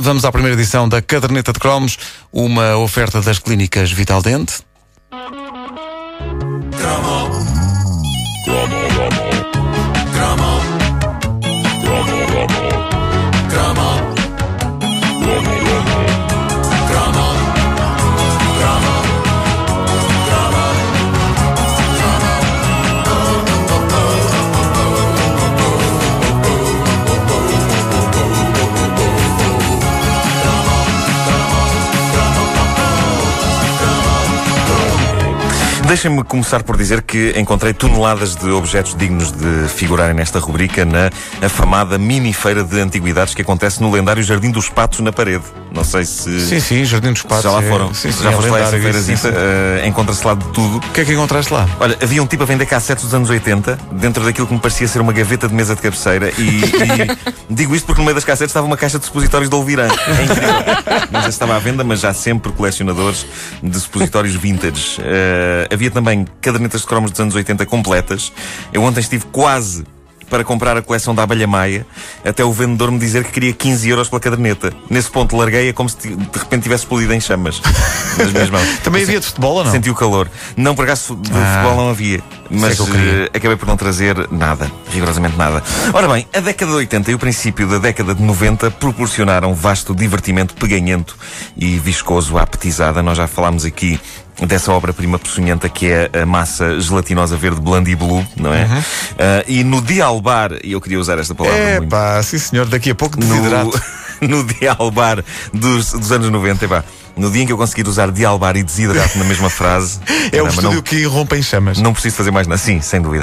Vamos à primeira edição da Caderneta de Cromos, uma oferta das clínicas Vital Dente. Deixem-me começar por dizer que encontrei toneladas de objetos dignos de figurarem nesta rubrica na afamada mini-feira de antiguidades que acontece no lendário Jardim dos Patos na Parede. Não sei se... Sim, Jardim dos Patos. Já lá foram. Já foste lá essa feirazita. Encontra-se lá de tudo. O que é que encontraste lá? Olha, havia um tipo a vender cassetes dos anos 80, dentro daquilo que me parecia ser uma gaveta de mesa de cabeceira e digo isto porque no meio das cassetes estava uma caixa de supositórios de Olvirã. É incrível. Não sei se estava à venda, mas já sempre colecionadores de supositórios vintage. Havia também cadernetas de cromos dos anos 80 completas. Eu ontem estive quase para comprar a coleção da Abelha Maia, até o vendedor me dizer que queria 15 euros pela caderneta. Nesse ponto larguei-a como se de repente tivesse explodido em chamas nas minhas mãos. Também havia de futebol ou não? Senti o calor. Não, por acaso de futebol não havia. Mas acabei por não trazer nada. Rigorosamente nada. Ora bem, a década de 80 e o princípio da década de 90 proporcionaram vasto divertimento peganhento e viscoso à petizada. Nós já falámos aqui dessa obra-prima peçonhenta que é a massa gelatinosa verde Blandi Blue, não é? E no dialbar, e eu queria usar esta palavra muito. Sim senhor, daqui a pouco desidrato. No dialbar dos anos 90, no dia em que eu conseguir usar dialbar e desidrato na mesma frase... É o estúdio que irrompe em chamas. Não preciso fazer mais nada. Sim, sem dúvida.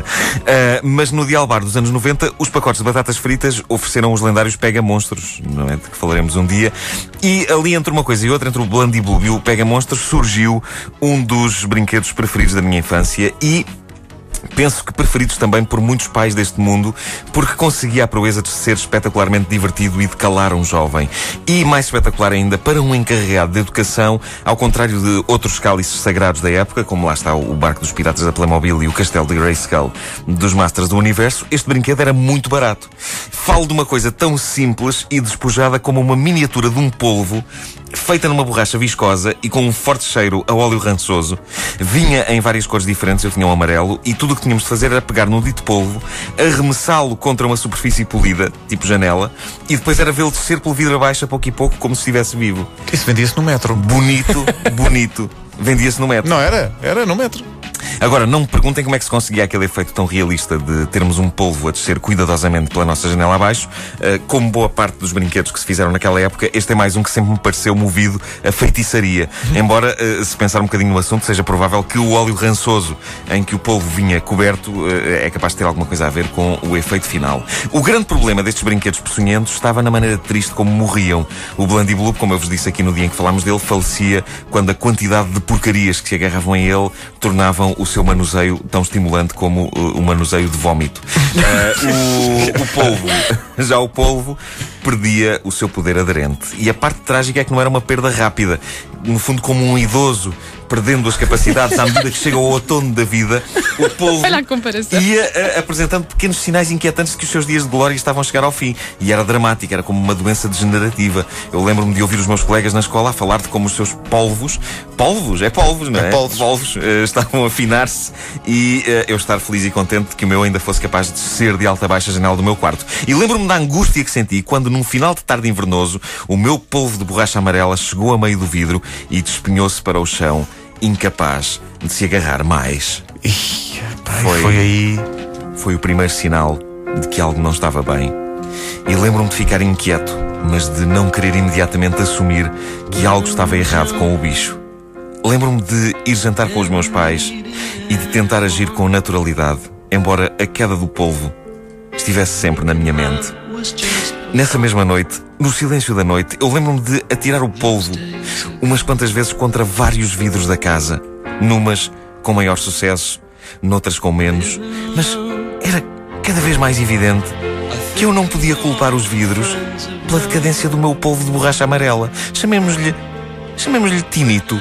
Mas no dialbar dos anos 90, os pacotes de batatas fritas ofereceram os lendários Pega Monstros, não é? De que falaremos um dia. E ali entre uma coisa e outra, entre o Blandi Blue e o Pega Monstros, surgiu um dos brinquedos preferidos da minha infância e... penso que preferidos também por muitos pais deste mundo, porque conseguia a proeza de ser espetacularmente divertido e de calar um jovem. E mais espetacular ainda, para um encarregado de educação, ao contrário de outros cálices sagrados da época, como lá está o barco dos piratas da Playmobil e o castelo de Grayskull dos Masters do Universo, este brinquedo era muito barato. Falo de uma coisa tão simples e despojada como uma miniatura de um polvo feita numa borracha viscosa e com um forte cheiro a óleo rançoso. Vinha em várias cores diferentes, eu tinha um amarelo, e tudo o que tínhamos de fazer era pegar no dito polvo, arremessá-lo contra uma superfície polida, tipo janela, e depois era vê-lo descer pelo vidro abaixo a pouco e pouco, como se estivesse vivo. Isso vendia-se no metro. Bonito. Vendia-se no metro. Não era? Era no metro. Agora, não me perguntem como é que se conseguia aquele efeito tão realista de termos um polvo a descer cuidadosamente pela nossa janela abaixo. Como boa parte dos brinquedos que se fizeram naquela época, este é mais um que sempre me pareceu movido a feitiçaria. Embora, se pensar um bocadinho no assunto, seja provável que o óleo rançoso em que o polvo vinha coberto é capaz de ter alguma coisa a ver com o efeito final. O grande problema destes brinquedos peçonhentos estava na maneira triste como morriam. O Blandi Blue, como eu vos disse aqui no dia em que falámos dele, falecia quando a quantidade de porcarias que se agarravam a ele tornavam o seu manuseio tão estimulante como o manuseio de vómito. O polvo perdia o seu poder aderente. E a parte trágica é que não era uma perda rápida. No fundo, como um idoso perdendo as capacidades à medida que chega ao outono da vida, o polvo ia apresentando pequenos sinais inquietantes de que os seus dias de glória estavam a chegar ao fim. E era dramático, era como uma doença degenerativa. Eu lembro-me de ouvir os meus colegas na escola a falar de como os seus polvos, não é? Polvos estavam a afinar-se e eu estar feliz e contente de que o meu ainda fosse capaz de descer de alta a baixa a janela do meu quarto. E lembro-me da angústia que senti quando, num final de tarde invernoso, o meu polvo de borracha amarela chegou a meio do vidro e despenhou-se para o chão, incapaz de se agarrar mais. Foi o primeiro sinal de que algo não estava bem. E lembro-me de ficar inquieto, mas de não querer imediatamente assumir que algo estava errado com o bicho. Lembro-me de ir jantar com os meus pais e de tentar agir com naturalidade, embora a queda do polvo estivesse sempre na minha mente. Nessa mesma noite, no silêncio da noite, eu lembro-me de atirar o polvo umas quantas vezes contra vários vidros da casa. Numas com maior sucesso, noutras com menos. Mas era cada vez mais evidente que eu não podia culpar os vidros pela decadência do meu polvo de borracha amarela. Chamemos-lhe Tinito.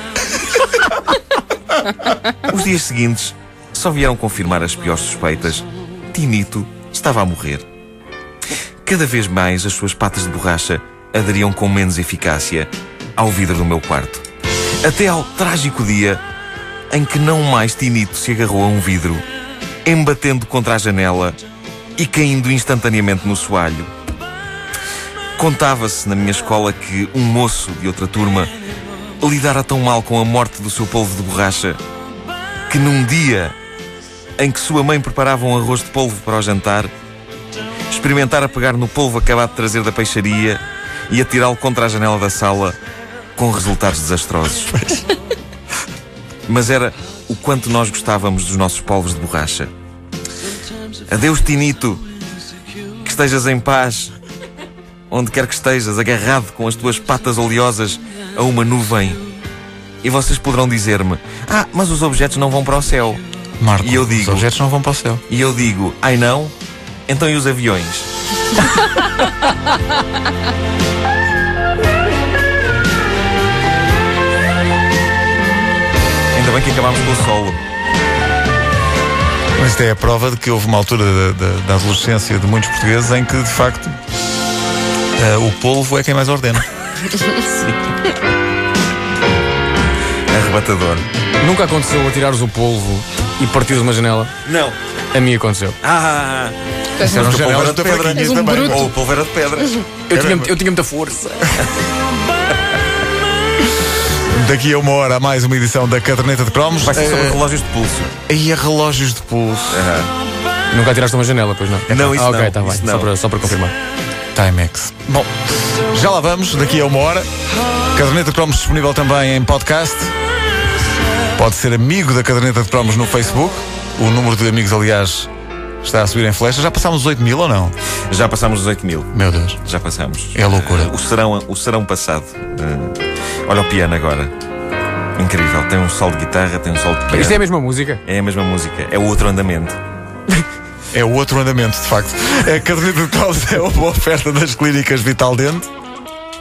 Os dias seguintes só vieram confirmar as piores suspeitas. Tinito estava a morrer. Cada vez mais as suas patas de borracha aderiam com menos eficácia ao vidro do meu quarto. Até ao trágico dia em que não mais Tinito se agarrou a um vidro, embatendo contra a janela e caindo instantaneamente no soalho. Contava-se na minha escola que um moço de outra turma lidara tão mal com a morte do seu polvo de borracha que num dia em que sua mãe preparava um arroz de polvo para o jantar, experimentara pegar no polvo acabado de trazer da peixaria e atirá-lo contra a janela da sala com resultados desastrosos. Mas era o quanto nós gostávamos dos nossos polvos de borracha. Adeus, Tinito. Que estejas em paz, onde quer que estejas, agarrado com as tuas patas oleosas a uma nuvem. E vocês poderão dizer-me: mas os objetos não vão para o céu. Marco, e eu digo, os objetos não vão para o céu. E eu digo: ai não? Então e os aviões? Ainda bem que acabámos com o solo. Mas isto é a prova de que houve uma altura da adolescência de muitos portugueses em que, de facto, o polvo é quem mais ordena. Arrebatador. Nunca aconteceu atirares o polvo e partires uma janela? Não. A mim aconteceu. Isso era o polvo era de pedra. fraquinhas também. Ou o polvo era de pedra. Eu tinha muita força. Daqui a uma hora, mais uma edição da Caderneta de Cromos. Vai ser sobre relógios de pulso. E a relógios de pulso. Nunca atiraste uma janela, pois não? Não, isso ok, não. Está bem. Isso não. Só para confirmar. Timex. Bom, já lá vamos, daqui a uma hora. Caderneta de Cromos disponível também em podcast. Pode ser amigo da Caderneta de Cromos no Facebook. O número de amigos, aliás, está a subir em flecha. Já passámos os 8.000 ou não? Já passámos os 8.000. Meu Deus. Já passamos. É loucura. O serão passado. Olha o piano agora. Incrível. Tem um solo de guitarra, tem um solo de piano. Isto é a mesma música? É a mesma música. É o outro andamento. É o outro andamento, de facto. A Caderneta de Cromos é uma boa oferta das clínicas Vital Dente.